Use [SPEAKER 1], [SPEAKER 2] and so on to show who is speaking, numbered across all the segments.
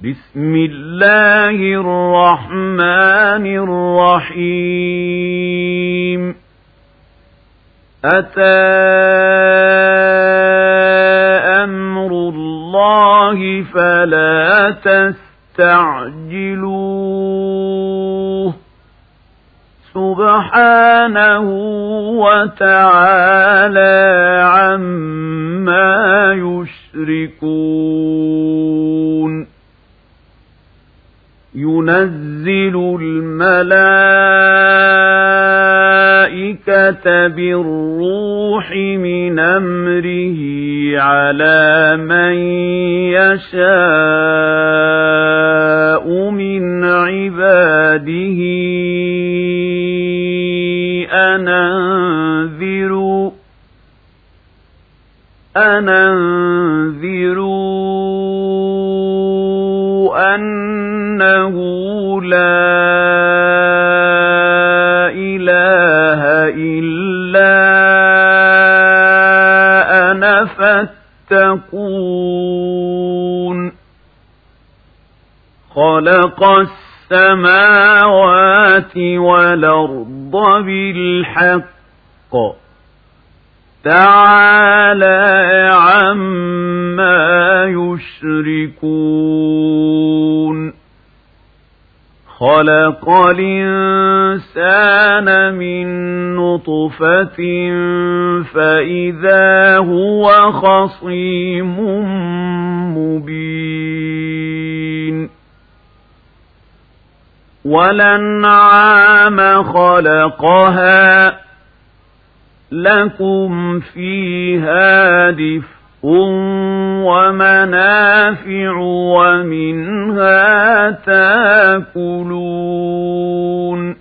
[SPEAKER 1] بسم الله الرحمن الرحيم أتى أمر الله فلا تستعجلوه سبحانه وتعالى عما يشركون ينزل الملائكة بالروح من أمره على من يشاء من عباده أن أنذروا أنه لا إله إلا أنا فاتقون خلق السماوات والأرض بالحق تعالى عما يشركون خلق الإنسان من نطفة فإذا هو خصيم مبين والأنعام خلقها لكم فيها دفء ومنافع ومنها تاكلون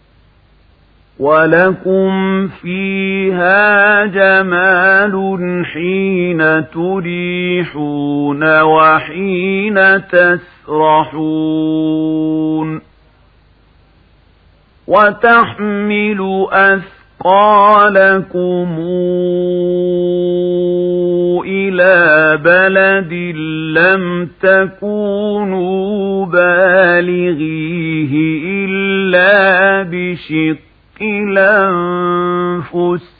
[SPEAKER 1] ولكم فيها جمال حين تريحون وحين تسرحون وتحمل أثقالكم إلى بلد لم تكونوا بالغيه إلا بشق الأنفس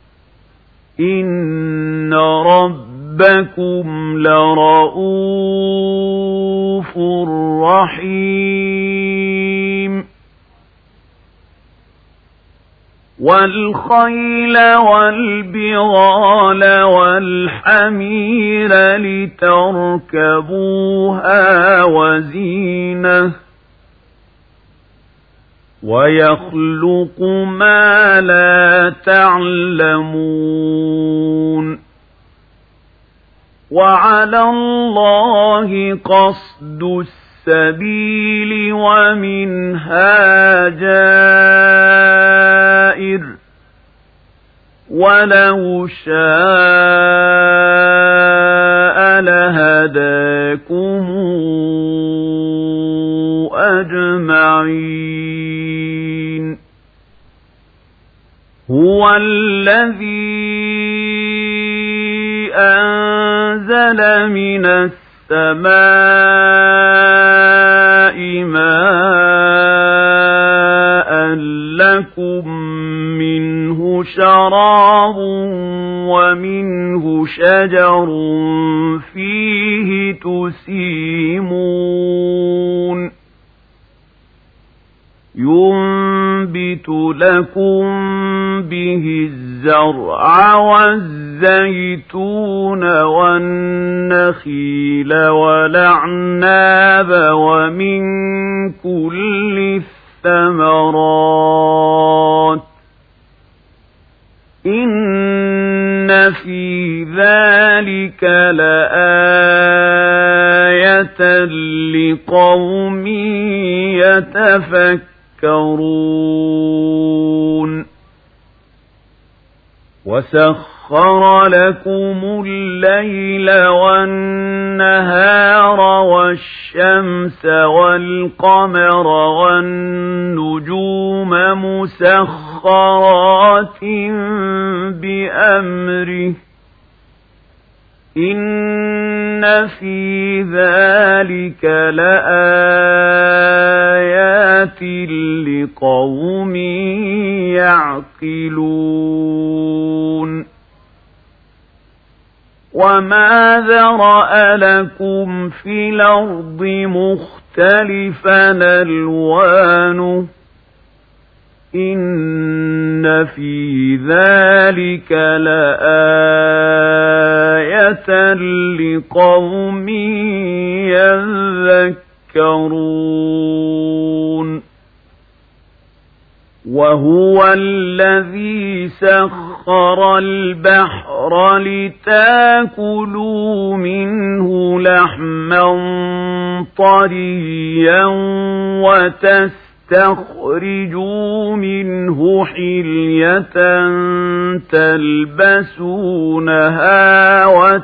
[SPEAKER 1] إن ربكم لرؤوف رحيم والخيل والبغال والحمير لتركبوها وزينة ويخلق ما لا تعلمون وعلى الله قصد السبيل ومنها جائر ولو شاء لهداكم أجمعين هو الذي أنزل من السماء ماء لكم منه شراب ومنه شجر فيه تسيمون ينبت لكم به الزرع والزيتون والنخيل والأعناب ومن كل الثمرات إن في ذلك لآية لقوم يتفكرون وسخر لكم الليل والنهار والشمس والقمر والنجوم مسخرات بأمره إن في ذلك لآيات لقوم يعقلون وما ذرأ لكم في الأرض مختلفا ألوانه إن في ذلك لآية لقوم يذكرون وهو الذي سخر البحر لتاكلوا منه لحما طريا وتستخرجوا منه حلية تلبسونها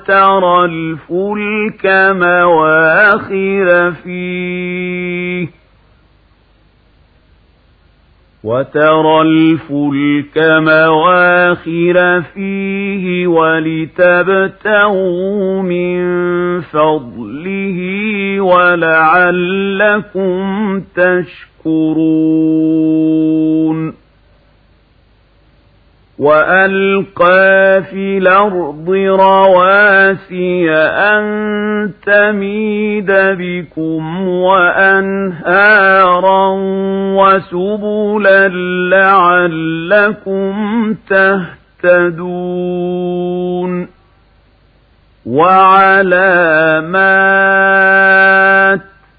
[SPEAKER 1] وترى الفلك مواخر فيه ولتبتغوا من فضله ولعلكم تشكرون وألقى في الأرض رواسي أن تميد بكم وأنهارا وسبلا لعلكم تهتدون وعلامات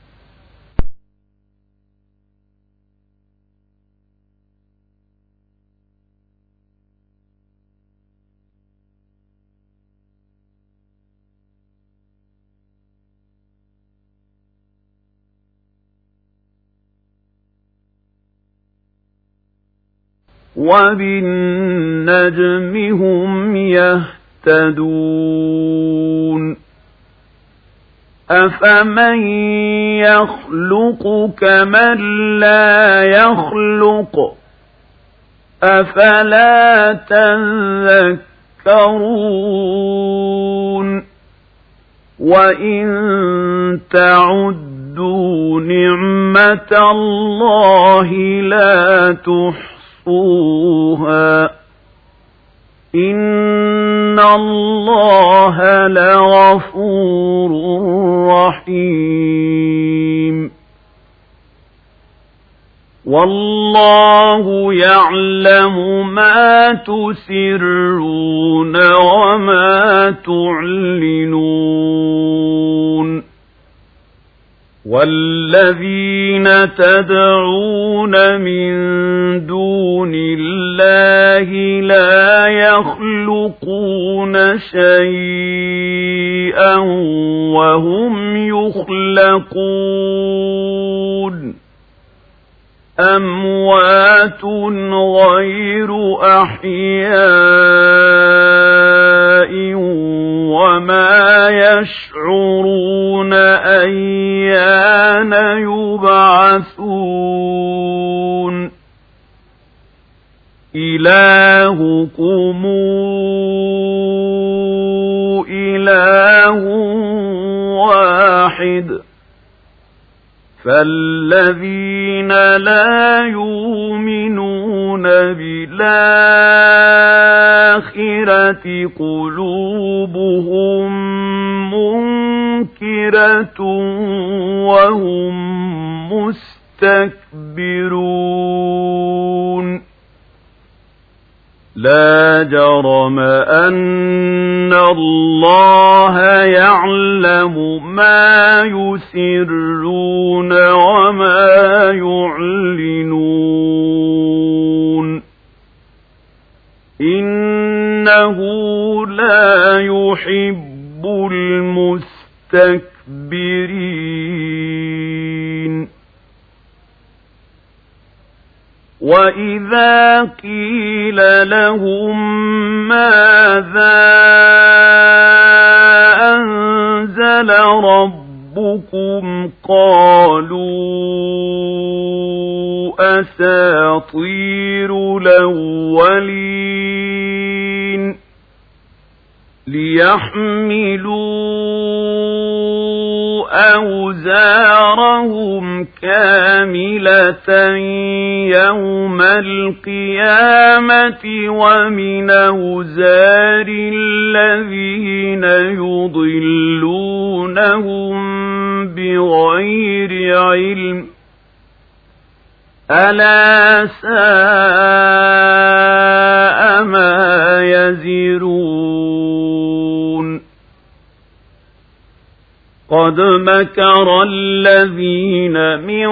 [SPEAKER 1] وبالنجم هم يهتدون أفمن يخلق كمن لا يخلق أفلا تذكرون وإن تعدوا نعمة الله لا تحصوها إن الله لغفور رحيم والله يعلم ما تسرون وما تعلنون والذين تدعون من دون الله لا يخلقون شيئا وهم يخلقون أموات غير أحياء وما يشعرون أيان يبعثون إلهكم إله واحد فالذين لا يؤمنون بالآخرة قلوبهم منكرة وهم مستكبرون لا جرم أن الله يعلم ما يسرون وما يعلنون إنه لا يحب المستكبرين وإذا قيل لهم ماذا أنزل ربكم قالوا أساطير الأولين ليحملوا أوزارهم كاملة يوم القيامة ومن أوزار الذين يضلونهم بغير علم ألا ساء ما يزرون قد مكر الذين من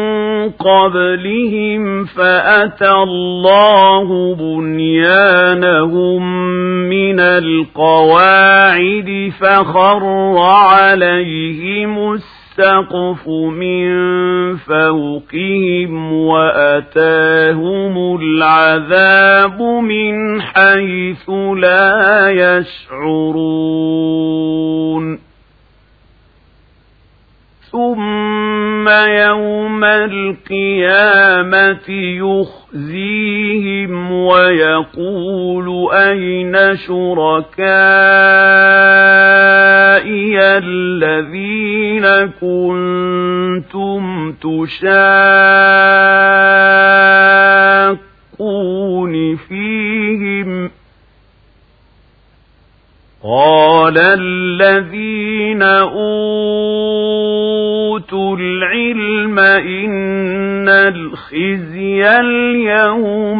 [SPEAKER 1] قبلهم فأتى الله بنيانهم من القواعد فخر عليهم السقف من فوقهم وأتاهم العذاب من حيث لا يشعرون ثم يوم القيامة يخزيهم ويقول أين شركائي الذين كنتم تشاقون فيهم قال الذين أوتوا العلم إن الخزي اليوم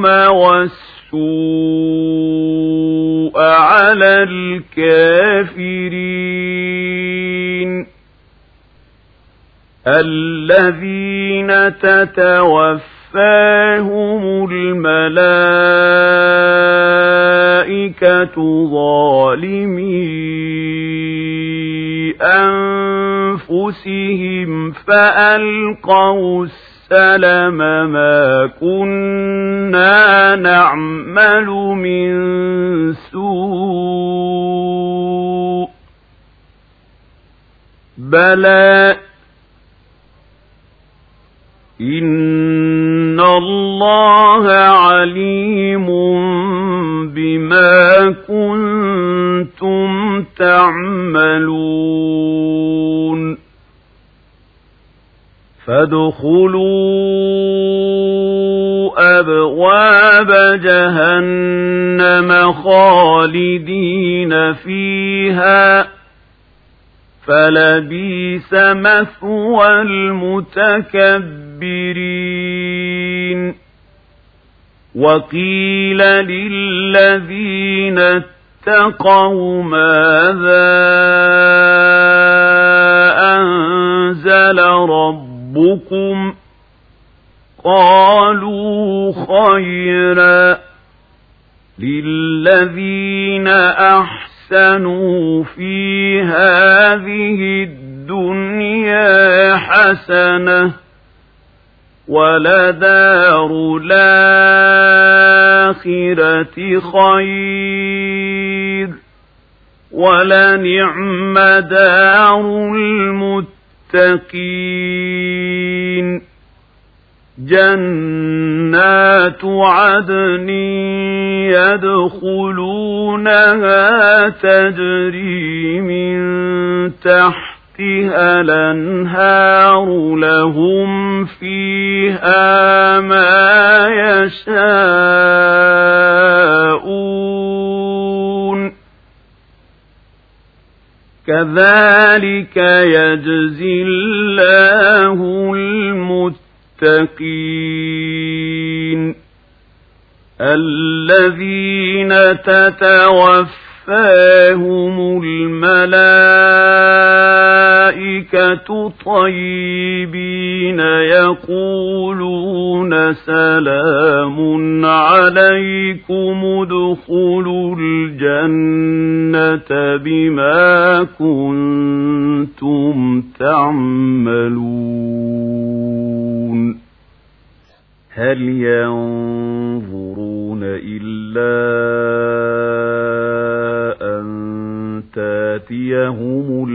[SPEAKER 1] والسوء على الكافرين الذين تتوفاهم الملائكة ظالمي أنفسهم فألقوا السلم ما كنا نعمل من سوء بلى إن الله عليم بما كنتم تعملون فادخلوا أبواب جهنم خالدين فيها فلبئس مثوى المتكبرين وقيل للذين اتقوا ماذا أنزل ربكم قالوا خيرا للذين أحسنوا في هذه الدنيا حسنة ولدار الآخرة خير ولنعم دار المتقين جنات عدن يدخلونها تجري من تحتها الأنهار لهم فيها ما يشاءون كذلك يجزي الله المتقين الذين تتوفاهم الملائكة طيبين يقولون سلام عليكم ادخلوا الجنة بما كنتم تعملون هل ينظرون إلا أن تاتيهم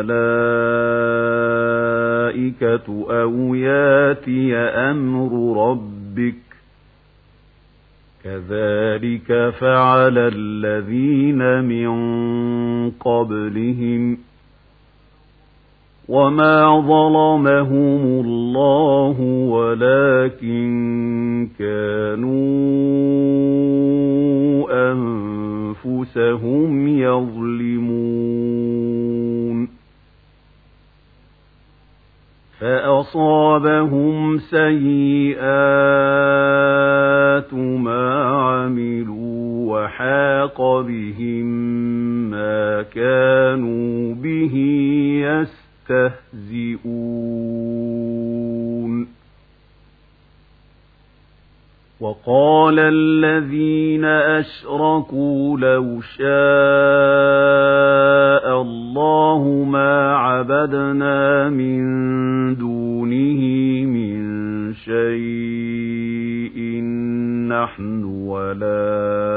[SPEAKER 1] الملائكة أو ياتي أمر ربك كذلك فعل الذين من قبلهم وما ظلمهم الله ولكن كانوا أنفسهم يظلمون فأصابهم سيئات ما عملوا وحاق بهم ما كانوا به يستهزئون وقال الذين أشركوا لو شاء الله ما عبدنا من دونه من شيء نحن ولا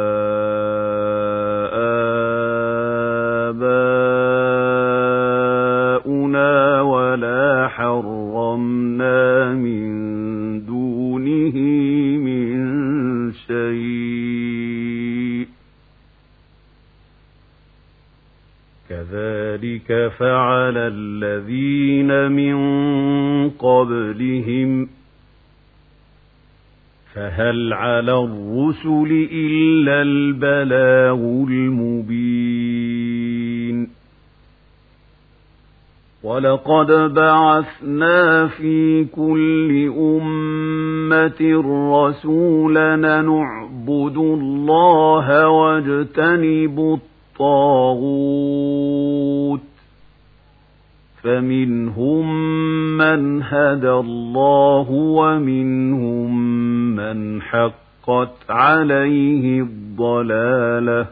[SPEAKER 1] آباؤنا ولا حرمنا من دونه من شيء كذلك فعل الذين من قبلهم فهل على الرسل إلا البلاغ المبين ولقد بعثنا في كل أمة رسولا نعبد الله واجتنب الطاغوت فمنهم من هدى الله ومنهم من حقت عليه الضلالة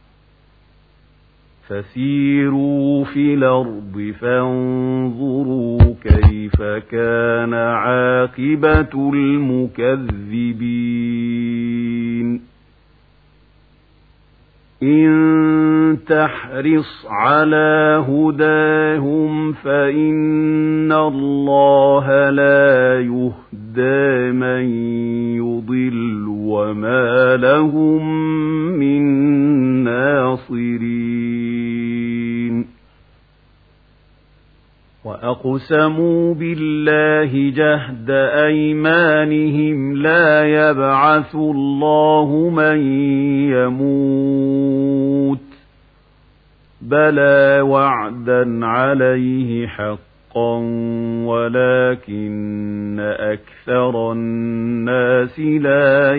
[SPEAKER 1] فسيروا في الأرض فانظروا كيف كان عاقبة المكذبين إن تحرص على هداهم فإن الله لا يهدى من يضل وما لهم من ناصرين وأقسموا بالله جهد أيمانهم لا يبعث الله من يموت بلى وعدا عليه حقا ولكن أكثر الناس لا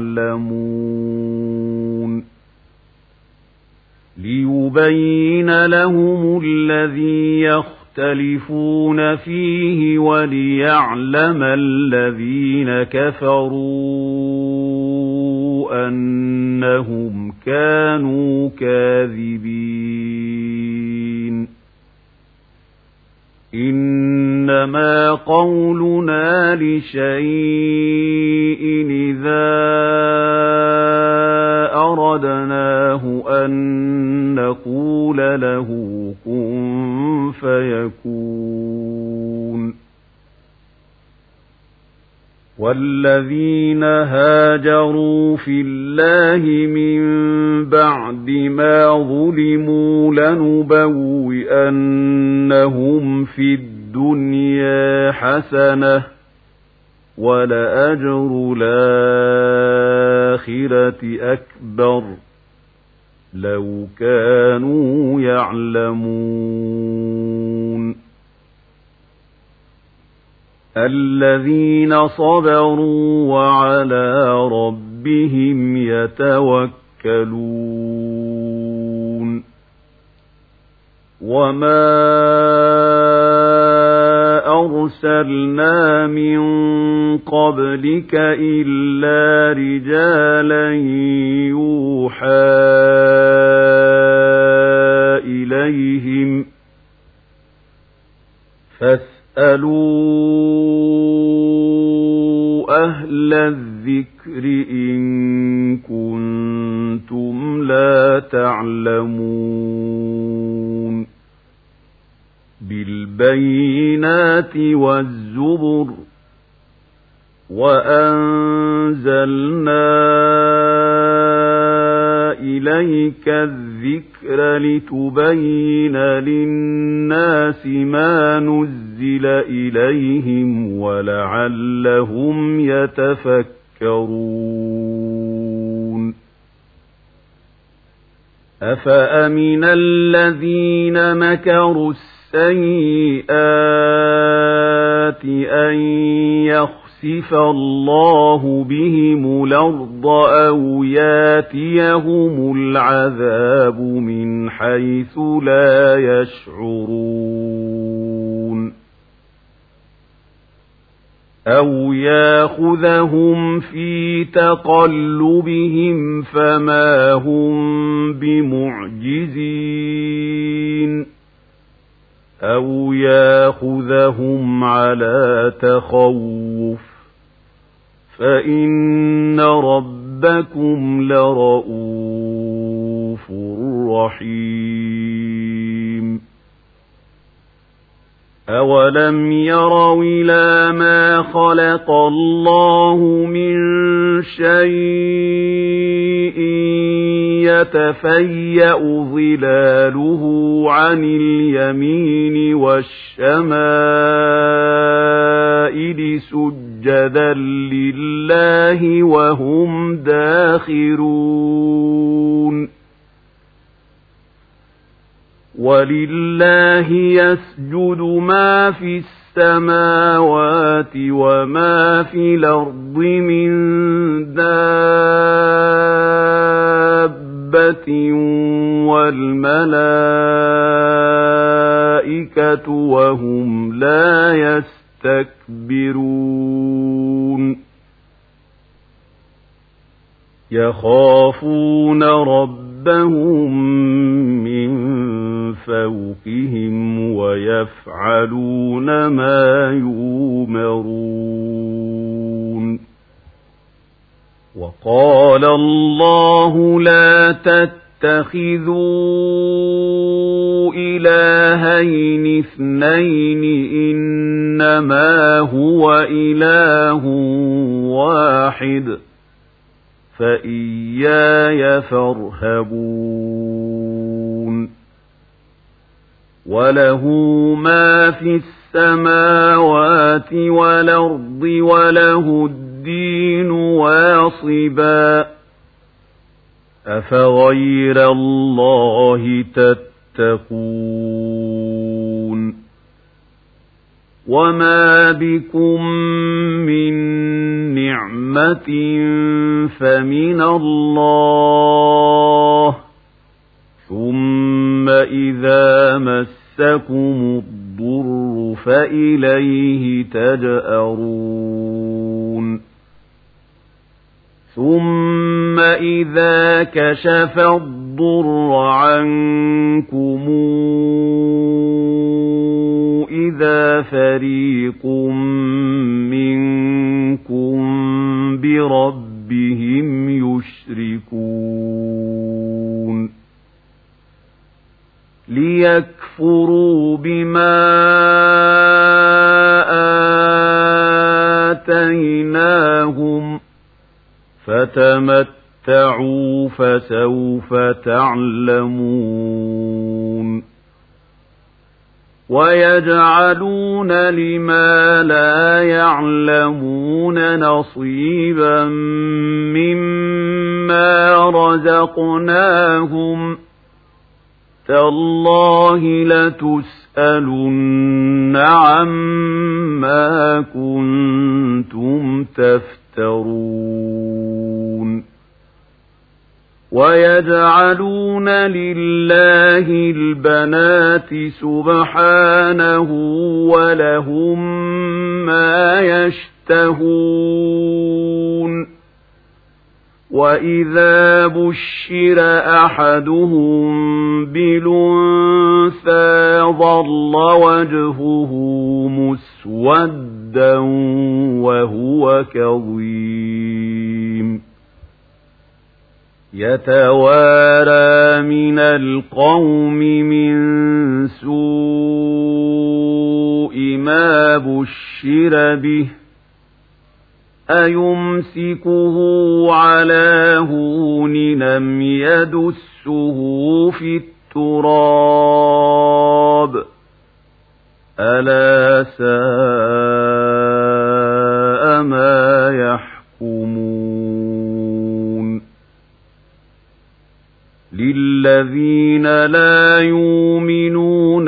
[SPEAKER 1] يعلمون ليبين لهم الذي يختلفون فيه وليعلم الذين كفروا أنهم كانوا كاذبين إنما قولنا لشيء إذا أردناه أن نقول له كن فيكون والذين هاجروا في الله من بعد ما ظلموا لنبوئنهم في الدنيا حسنة ولأجر الآخرة أكبر لو كانوا يعلمون الذين صبروا وعلى ربهم يتوكلون وما أرسلنا من قبلك إلا رجالا يوحى إليهم فاسألوا أهل الذكر إن كنتم لا تعلمون بالبينات والزبر وأنزلنا إليك الذكر لتبين للناس ما نزل إليهم ولعلهم يتفكرون أفأمن الذين مكروا السيئات أن يخسف الله بهم الأرض أو ياتيهم العذاب من حيث لا يشعرون أو ياخذهم في تقلبهم فما هم بمعجزين أو ياخذهم على تخوف فإن ربكم لرؤوف رحيم أولم يروا إلى ما خلق الله من شيء يتفيأ ظلاله عن اليمين والشمائل سجدا لله وهم داخرون ولله يسجد ما في السماوات وما في الأرض من دابة والملائكة وهم لا يستكبرون يخافون ربهم من فوقهم ويفعلون ما يؤمرون وقال الله لا تتخذوا إلهين اثنين إنما هو إله واحد فإياي فارهبون وله ما في السماوات والأرض وله الدين واصبا أفغير الله تتقون وما بكم من نعمة فمن الله ثم إذا مسكم الضر فإليه تجأرون ثم إذا كشف الضر عنكم إذا فريق منكم بربهم يشركون ليكفروا بما آتيناهم فتمتعوا فسوف تعلمون ويجعلون لما لا يعلمون نصيبا مما رزقناهم تالله لتسألن عما كنتم تفترون ويجعلون لله البنات سبحانه ولهم ما يشتهون وإذا بشر أحدهم بالأنثى ظل وجهه مسودا وهو كظيم يتوارى من القوم من سوء ما بشر به أيمسكه على هون أم يدسه في التراب ألا ساء ما يحكمون للذين لا يؤمنون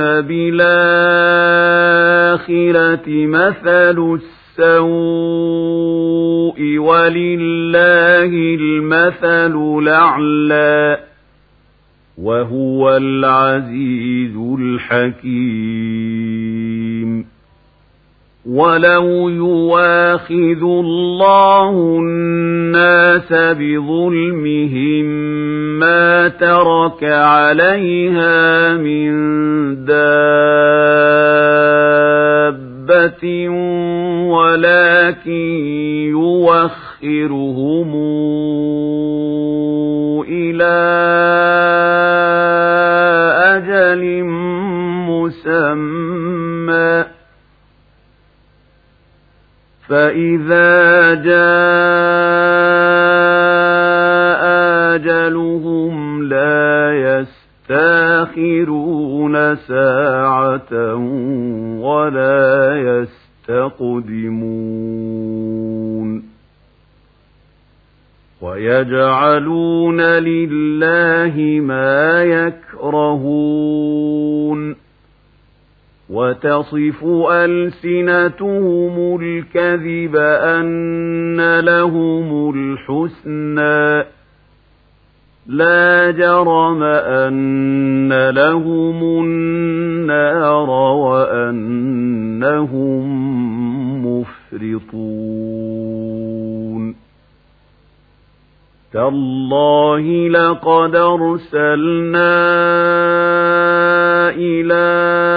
[SPEAKER 1] بالآخرة مثل السوء ولله المثل الأعلى وهو العزيز الحكيم ولو يواخذ الله الناس بظلمهم ما ترك عليها من دابة ولكن يوخرهم إلى أجل مسمى فإذا جاء أجلهم لا يستأخرون ساعة ولا يستقدمون ويجعلون لله ما يكرهون وتصف ألسنتهم الكذب أن لهم الحسنى لا جرم أن لهم النار وأنهم مفرطون تالله لقد أرسلنا إلى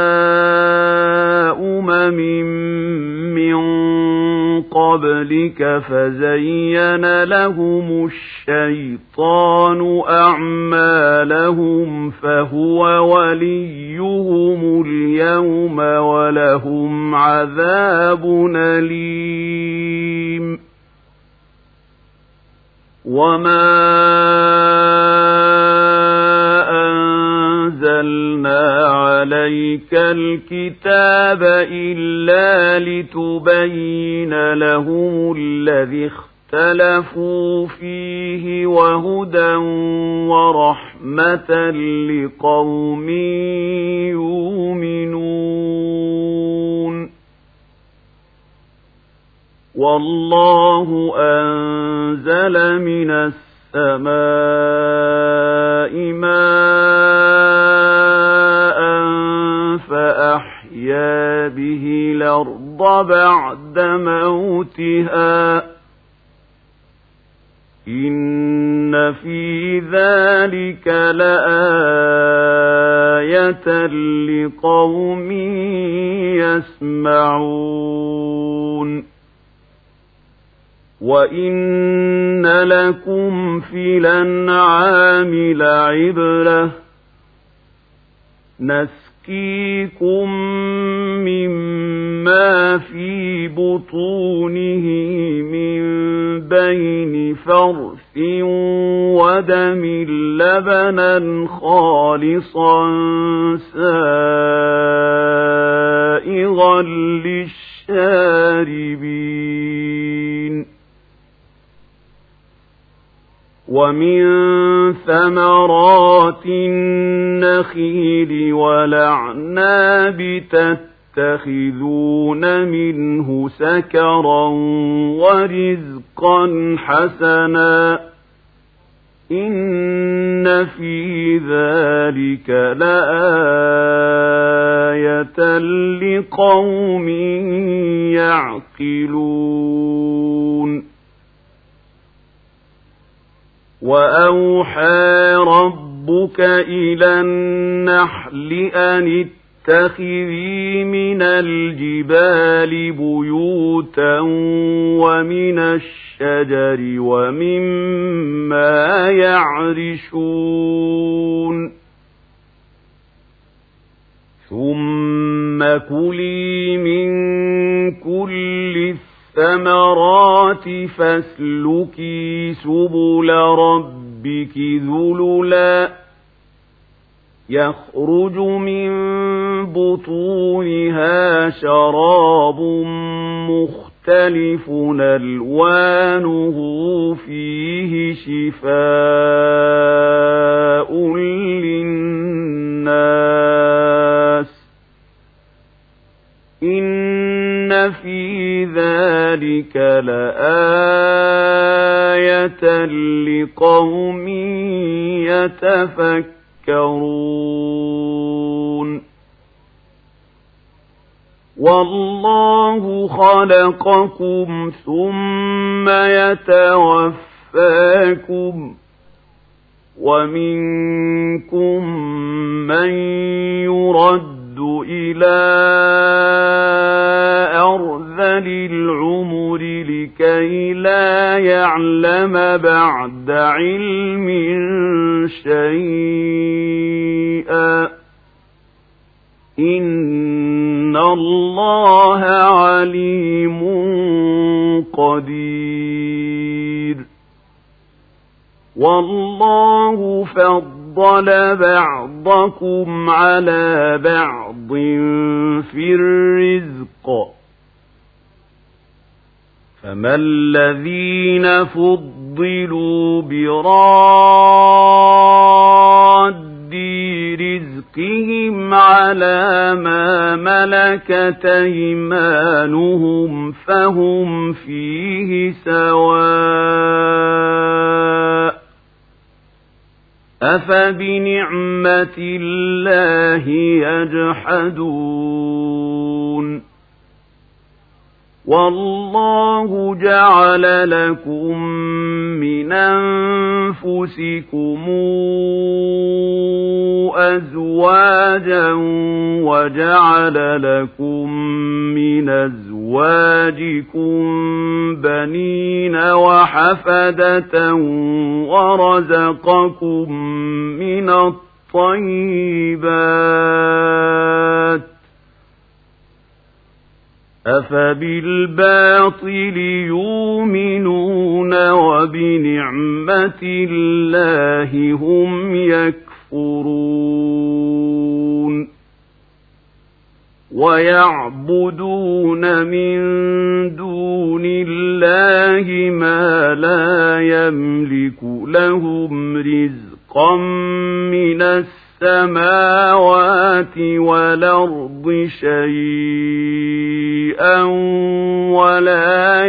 [SPEAKER 1] من قبلك فزين لهم الشيطان أعمالهم فهو وليهم اليوم ولهم عذاب أليم وما أنزلنا عليك الكتاب إلا لتبين لهم الذي اختلفوا فيه وهدى ورحمة لقوم يؤمنون والله أنزل من السماء ماء فأحيا به الأرض بعد موتها إن في ذلك لآية لقوم يسمعون وإن لكم في الأنعام لعبرة نسقيكم مما في بطونه من بين فرث ودم لبنا خالصا سائغا للشاربين ومن ثمرات النخيل والأعناب تتخذون منه سكرا ورزقا حسنا إن في ذلك لآية لقوم يعقلون وأوحى ربك إلى النحل أن اتخذي من الجبال بيوتا ومن الشجر ومما يعرشون ثم كلي من كل الثمرات فاسلكي سبل ربك ذللا يخرج من بطونها شراب مختلف ألوانه فيه شفاء للناس إن في ذلك لآية لقوم يتفكرون والله خلقكم ثم يتوفاكم ومنكم من يرد إلى أرذل العمر لكي لا يعلم بعد علم شيئا إن الله عليم قدير والله فضل بعضكم على بعض في الرزق فما الذين فضلوا براد رزقهم على ما ملكت أيمانهم فهم فيه سواء أفبنعمة الله يجحدون والله جعل لكم من أنفسكم أزواجا وجعل لكم من أزواجكم بنين وحفدة ورزقكم من الطيبات أفبالباطل يؤمنون وبنعمة الله هم يكفرون ويعبدون من دون الله ما لا يملك لهم رزقا من السماوات والأرض شيئا ولا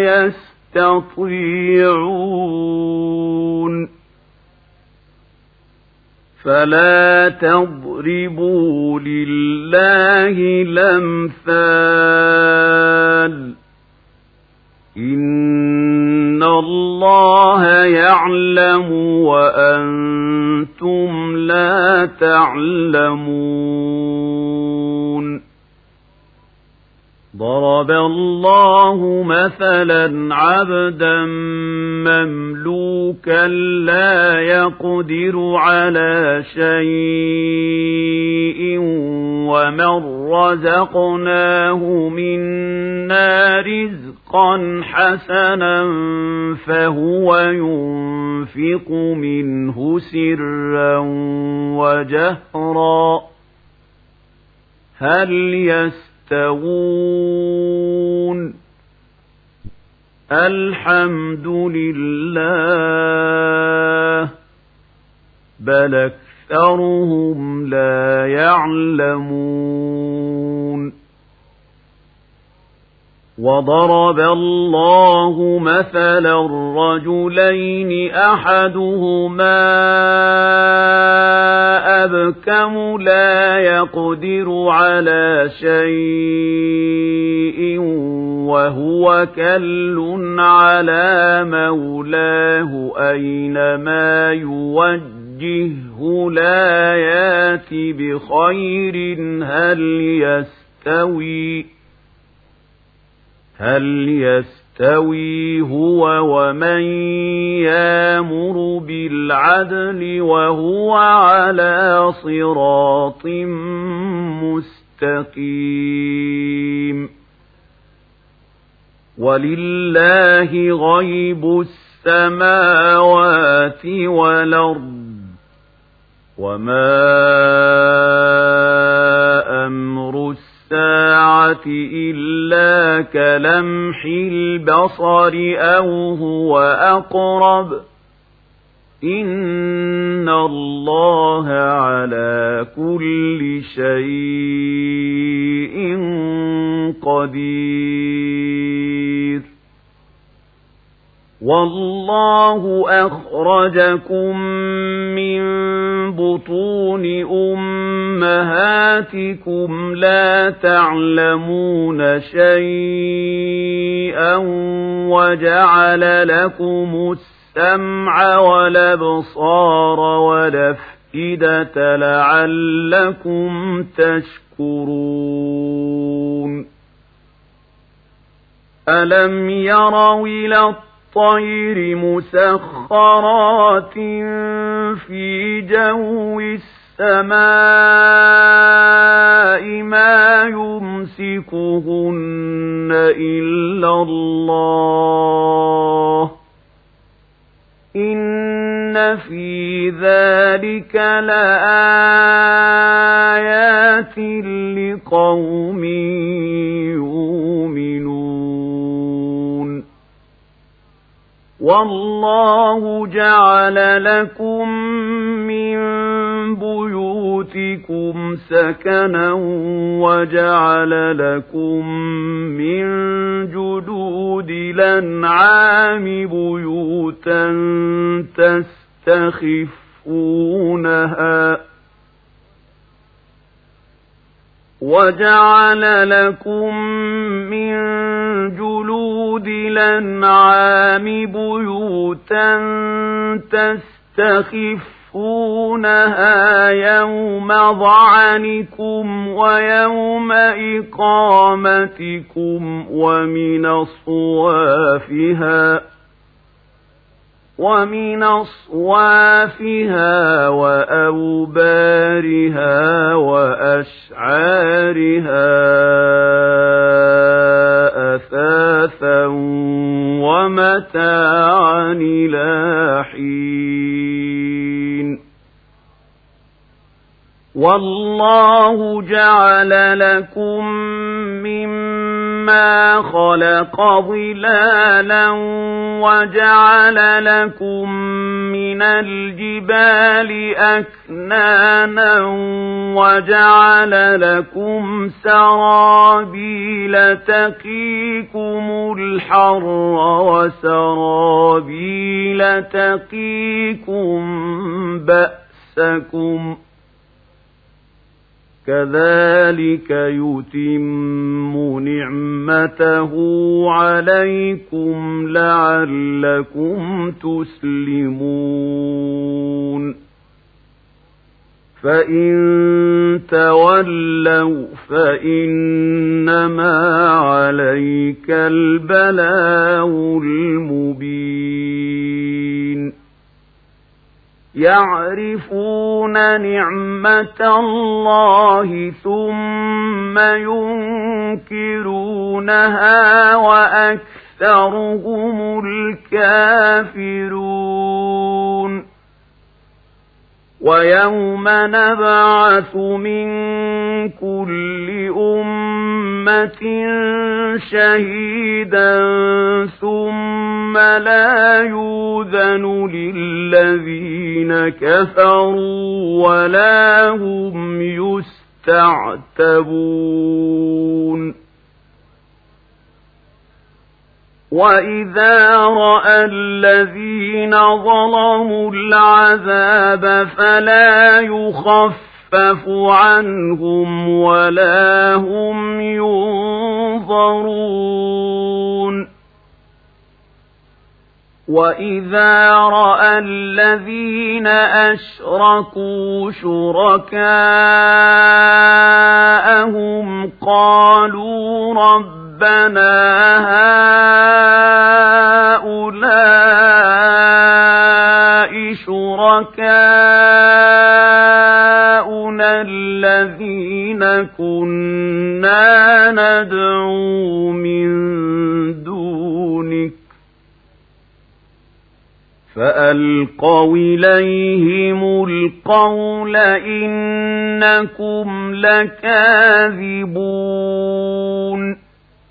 [SPEAKER 1] يستطيعون فلا تضربوا لله الأمثال إن الله يعلم وأنتم لا تعلمون ضرب الله مثلا عبدا مملوكا لا يقدر على شيء ومن رزقناه منا رزقا حسنا فهو ينفق منه سرا وجهرا هل يستوون الحمد لله بل أكثرهم لا يعلمون وضرب الله مثلا رجلين أحدهما أبكم لا يقدر على شيء وهو كل على مولاه أينما يوجهه لا يات بخير هل يستوي هو ومن يامر بالعدل وهو على صراط مستقيم ولله غيب السماوات والأرض وما أمر الساعة إلا كلمح البصر أو هو أقرب إن الله على كل شيء قدير والله أخرجكم من بطون أمهاتكم لا تعلمون شيئا وجعل لكم السمع والأبصار والأفئدة لعلكم تشكرون ألم يروا إلى الطير مسخرات في جو السماء ما يمسكهن إلا الله إن في ذلك لآيات لقوم يؤمنون والله جعل لكم من بيوتكم سكنا وجعل لكم من جلود الأنعام بيوتا تستخفونها وجعل لكم من جلود الأنعام بيوتا تستخفونها يوم ظعنكم ويوم إقامتكم ومن أصوافها وأوبارها وأشعارها أثاثا ومتاعا إلى حين والله جعل لكم مما خلق ظلالا وجعل لكم من الجبال أكنانا وجعل لكم سرابيل تقيكم الحر وسرابيل تقيكم بأسكم كذلك يتم نعمته عليكم لعلكم تسلمون فإن تولوا فإنما عليك البلاغ المبين يعرفون نعمة الله ثم ينكرونها وأكثرهم الكافرون ويوم نبعث من كل أمة شهيدا ثم لا يؤذن للذين كفروا ولا هم يستعتبون وَإِذَا رَأَى الَّذِينَ ظَلَمُوا الْعَذَابَ فَلَا يُخَفَّفُ عَنْهُمْ وَلَا هُمْ يُنظَرُونَ وَإِذَا رَأَى الَّذِينَ أَشْرَكُوا شُرَكَاءَهُمْ قَالُوا رَبَّنَا هَؤُلَاءِ شُرَكَاؤُنَا الَّذِينَ كُنَّا نَدْعُو مِن دُونِهِ فألقوا إليهم القول إنكم لكاذبون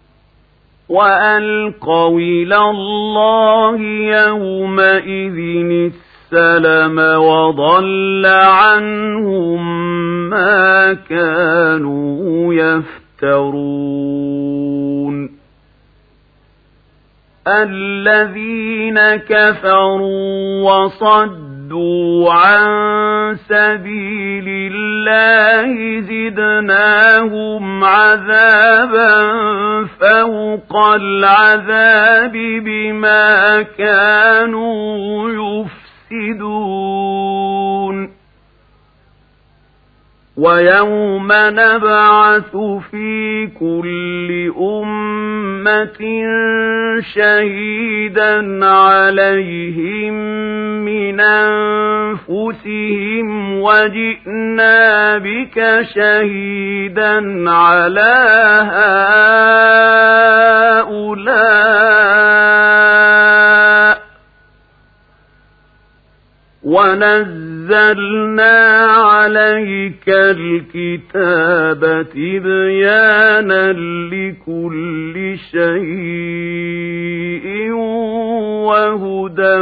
[SPEAKER 1] وألقوا إلى الله يومئذ السلم وضل عنهم ما كانوا يفترون الذين كفروا وصدوا عن سبيل الله زدناهم عذابا فوق العذاب بما كانوا يفسدون ويوم نبعث في كل أمة شهيدا عليهم من أنفسهم وجئنا بك شهيدا على هؤلاء ونزلنا عليك الكتاب تبيانا لكل شيء وهدى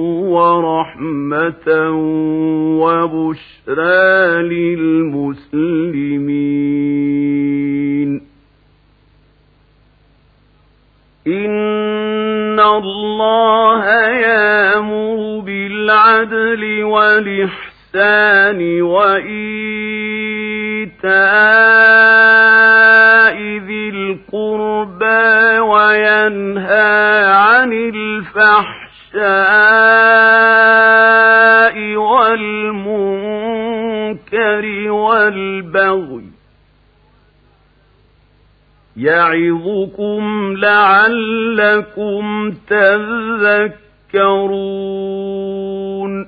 [SPEAKER 1] ورحمة وبشرى للمسلمين إن الله يأمر بالعدل والإحسان وإيتاء ذي القربى وينهى عن الفحشاء والمنكر والبغي يعظكم لعلكم تذكرون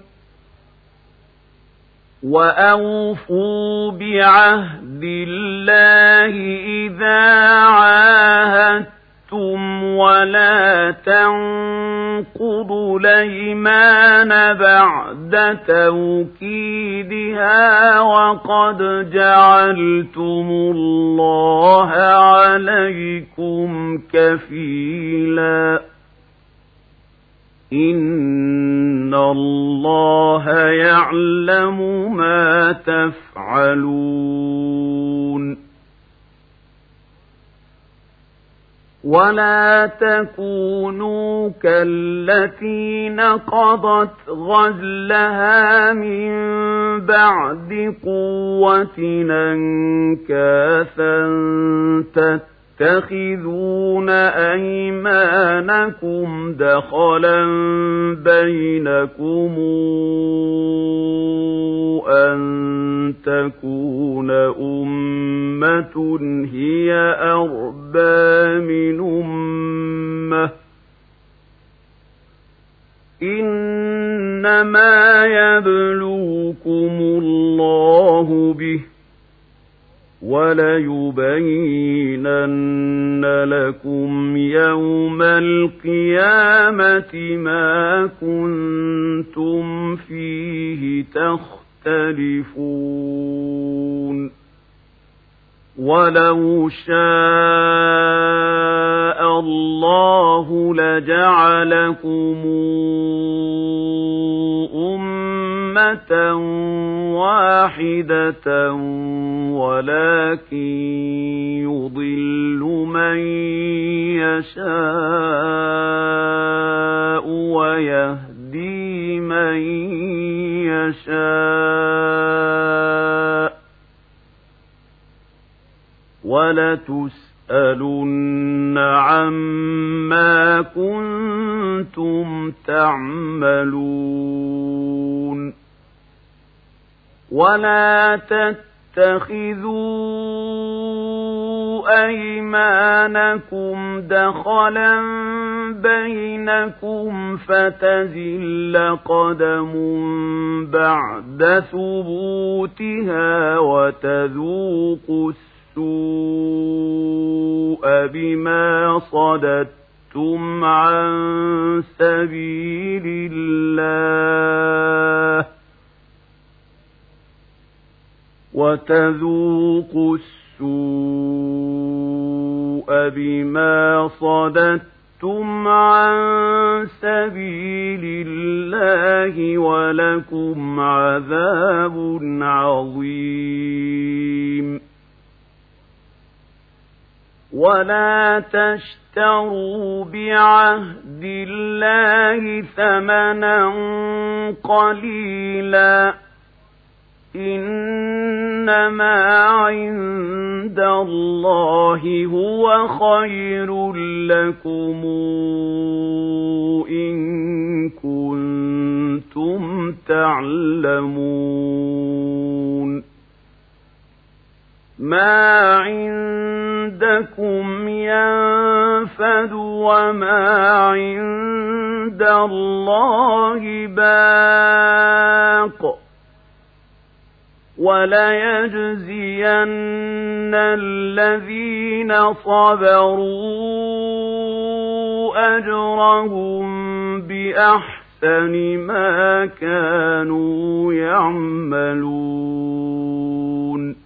[SPEAKER 1] وأوفوا بعهد الله إذا عاهدتم ولا تنقضوا الأيمان بعد توكيدها وقد جعلتم الله عليكم كفيلا إن الله يعلم ما تفعلون ولا تكونوا كالتي نقضت غزلها من بعد قوة أنكاثا تتخذون أيمانكم دخلا بينكم أن تكون أمة هي أربى من أمة إنما يبلوكم الله به وليبينن لكم يوم القيامة ما كنتم فيه تختلفون ولو شاء الله لجعلكم أمة واحدة ولكن يضل من يشاء ويهدي من يشاء ولتسألن عما كنتم تعملون ولا تتخذوا أيمانكم دخلا بينكم فتزل قدم بعد ثبوتها وتذوقوا السوء بما صددتم صددتم عن سبيل الله وتذوقوا السوء بما صددتم عن سبيل الله ولكم عذاب عظيم ولا تشتروا بعهد الله ثمنا قليلا إنما عند الله هو خير لكم إن كنتم تعلمون ما عندكم ينفد وما عند الله باق وليجزين الذين صبروا أجرهم بأحسن ما كانوا يعملون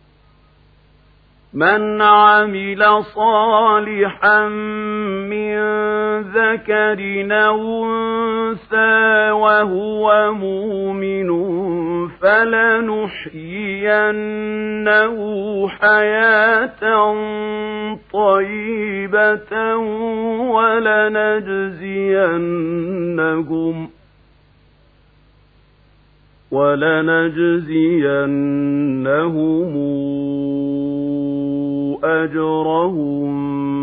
[SPEAKER 1] من عمل صالحا من ذكر أو أنثى وهو مؤمن فلنحيينه حياة طيبة ولنجزينهم أجرهم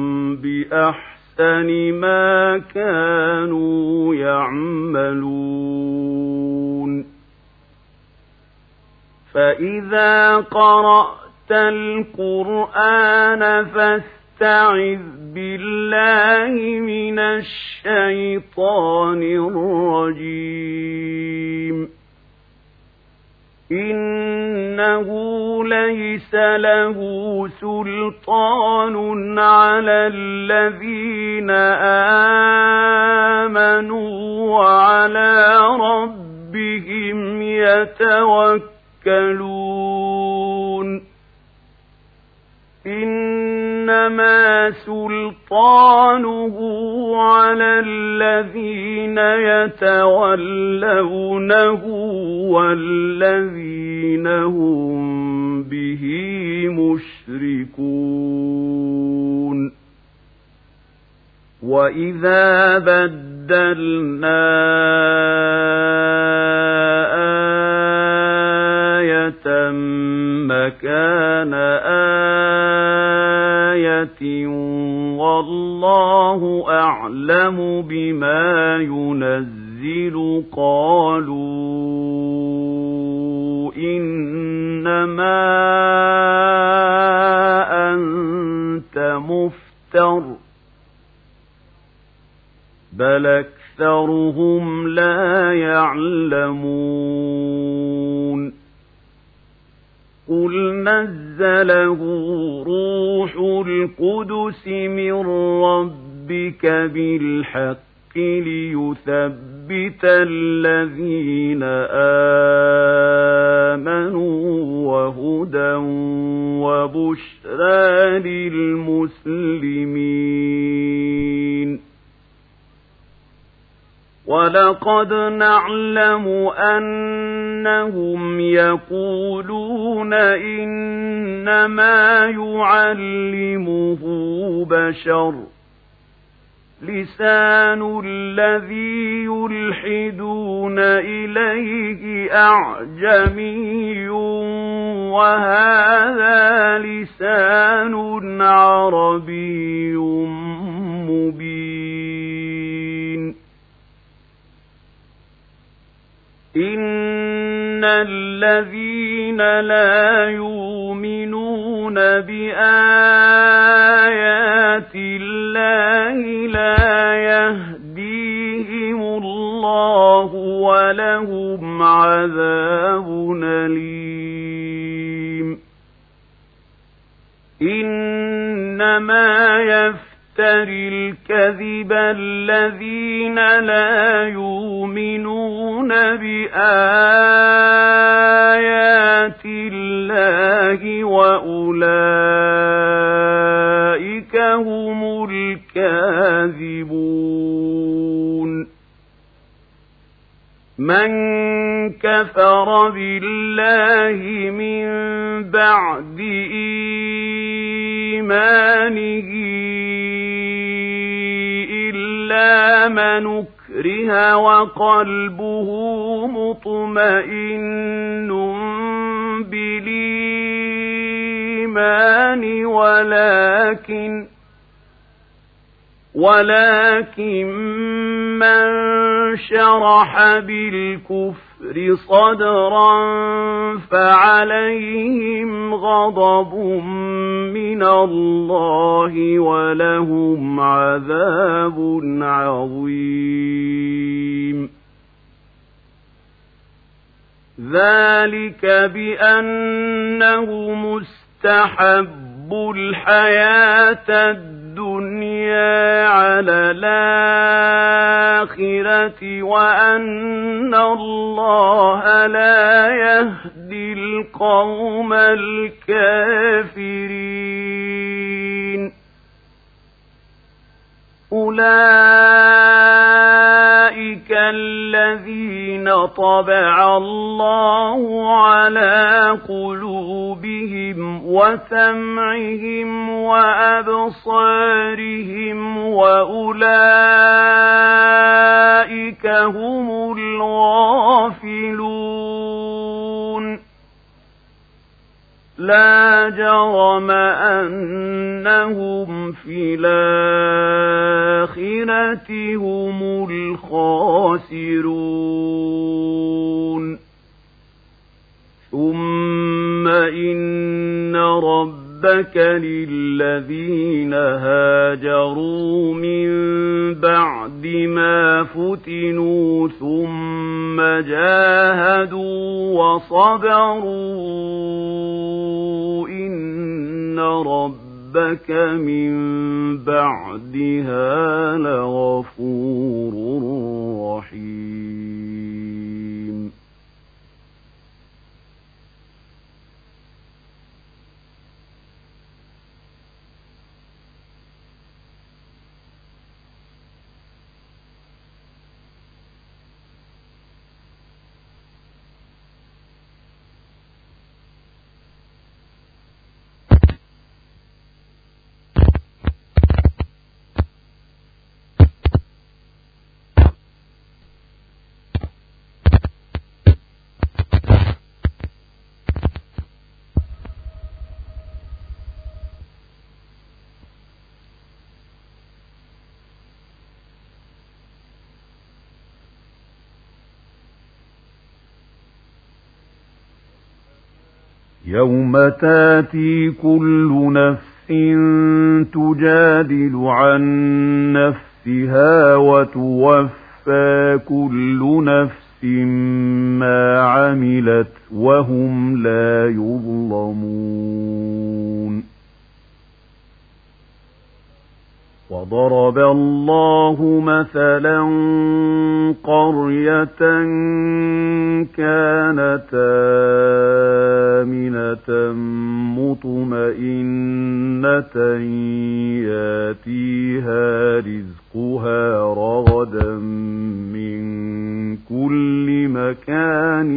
[SPEAKER 1] بأحسن ما كانوا يعملون فإذا قرأت القرآن فاستعذ بالله من الشيطان الرجيم إنه ليس له سلطان على الذين آمنوا وعلى ربهم يتوكلون إنما سلطانه على الذين يتولونه والذين هم به مشركون وإذا بدلنا آية مكان آية والله أعلم بما ينزل قالوا إنما أنت مفتر بل أكثرهم لا يعلمون قل نزله روح القدس من ربك بالحق ليثبت الذين آمنوا وهدى وبشرى للمسلمين ولقد نعلم أنهم يقولون إنما يعلمه بشر لسان الذي يلحدون إليه أعجمي وهذا لسان عربي مبين إن الذين لا يؤمنون بآيات الله لا يهديهم الله ولهم عذاب أليم إنما يفتري الكذب الذين لا يؤمنون بآيات الله وأولئك هم الكاذبون. من كفر بالله من بعد إيمانه إلا من أكره وقلبه مطمئن بالإيمان ولكن من شرح بالكفر صدرا فعليهم غضب من الله ولهم عذاب عظيم. ذلك بأنه مستحب الحياة الدنيا على الآخرة وأن الله لا يهدي القوم الكافرين. أولئك الذين طبع الله على قلوبهم وسمعهم وأبصارهم وأولئك هم الغافلون. لا جرم أنهم في الآخرة هم الخاسرون. ثم إن ربك للذين هاجروا من بعد ما فتنوا ثم جاهدوا وصبروا إن ربك من بعدها لغفور رحيم. يوم تاتي كل نفس تجادل عن نفسها وتوفى كل نفس ما عملت وهم لا يظلمون. وضرب الله مثلا قرية كانت آمنة مطمئنة ياتيها رزقها رغدا من كل مكان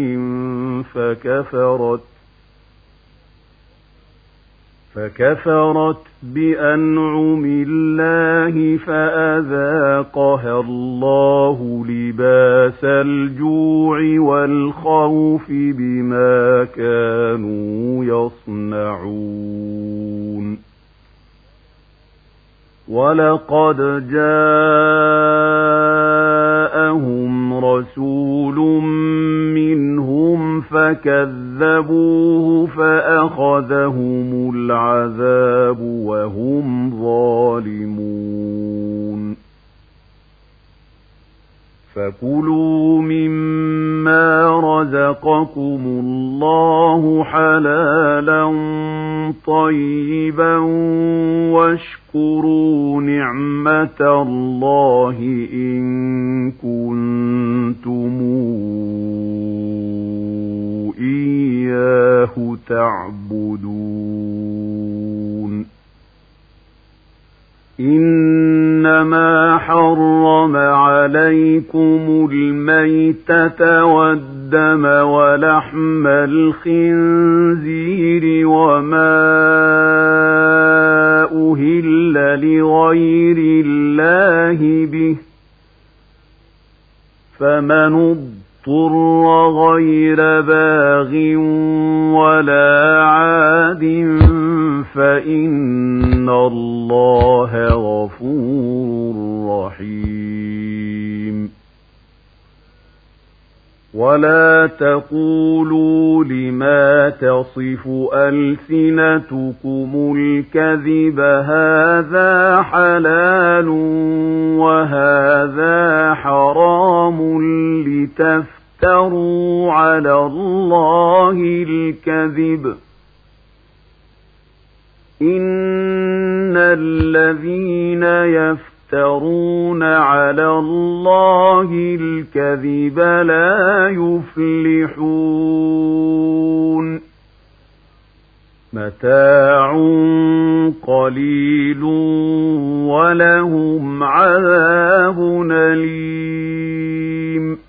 [SPEAKER 1] فكفرت بأنعم الله فأذاقها الله لباس الجوع والخوف بما كانوا يصنعون. ولقد جاءهم رسول منهم فكذبوه فأخذهم العذاب وهم ظالمون. فكلوا مما رزقكم الله حلالا طيبا واشكروا واذكروا نعمة الله إن كنتم إياه تعبدون إنما حرم عليكم الميتة والدم ولحم الخنزير وما أهل لغير الله به فمن اضطر غير باغ ولا عاد فإن الله غفور رحيم ولا تقولوا لما تصف ألسنتكم الكذب هذا حلال وهذا حرام لتفتروا على الله الكذب إن الذين يفترون على الله الكذب لا يفلحون متاع قليل ولهم عذاب أليم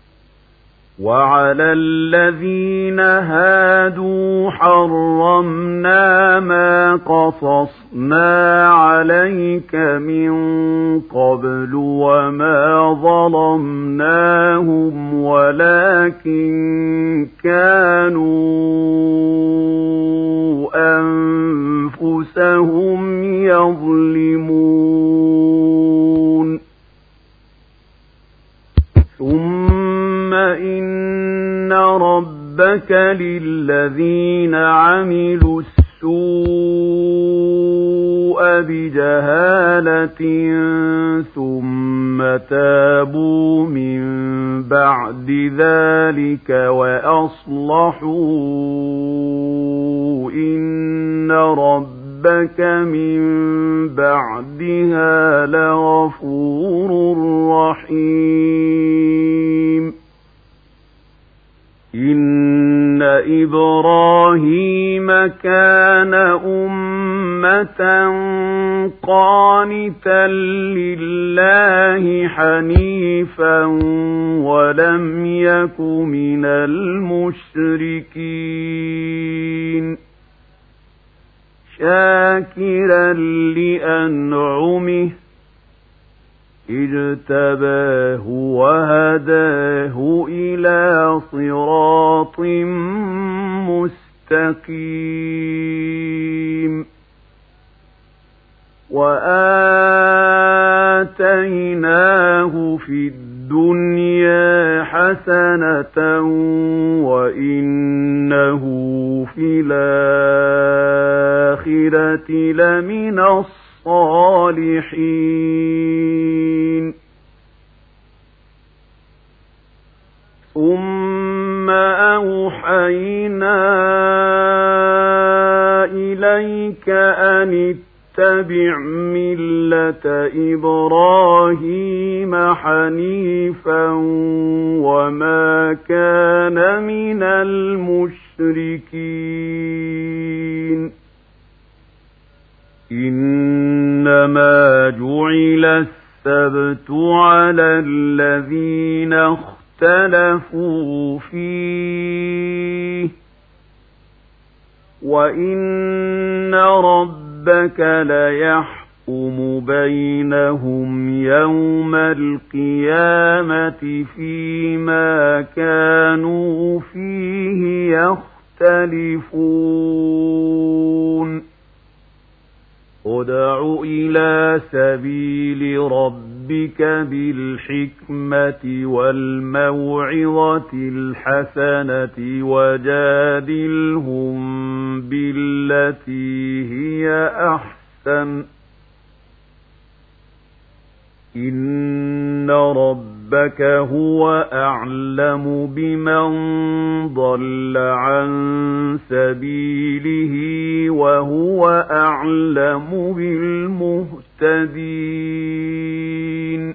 [SPEAKER 1] وعلى الذين هادوا حرمنا ما قصصنا عليك من قبل وما ظلمناهم ولكن كانوا أنفسهم يظلمون ثم إن ربك للذين عملوا السوء بجهالة ثم تابوا من بعد ذلك وأصلحوا إن ربك من بعدها لغفور رحيم إن إبراهيم كان أمة قانتا لله حنيفا ولم يك من المشركين شاكرا لأنعمه اجتباه وهداه إلى صراط مستقيم وآتيناه في الدنيا حسنة وإنه في الآخرة لمن الصالحين ثم أوحينا إليك أن اتبع ملة إبراهيم حنيفا وما كان من المشركين إنما جعل السبت على الذين اختلفوا فيه وإن ربك ليحكم بينهم يوم القيامة فيما كانوا فيه يختلفون ادع إلى سبيل ربك بالحكمة والموعظة الحسنة وجادلهم بالتي هي أحسن إن ربك ربك هو أعلم بمن ضل عن سبيله وهو أعلم بالمهتدين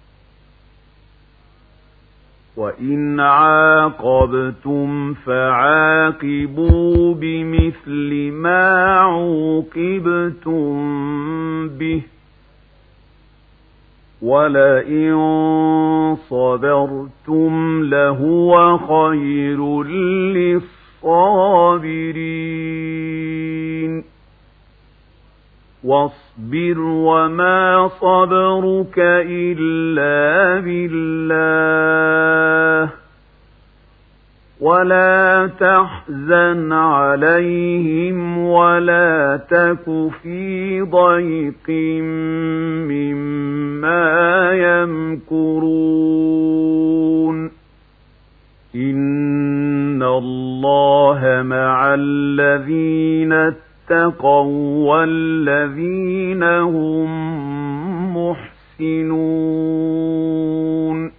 [SPEAKER 1] وإن عاقبتم فعاقبوا بمثل ما عوقبتم به ولئن صبرتم لهو خير للصابرين واصبر وما صبرك إلا بالله ولا تحزن عليهم ولا تك في ضيق مما يمكرون إن الله مع الذين اتقوا والذين هم محسنون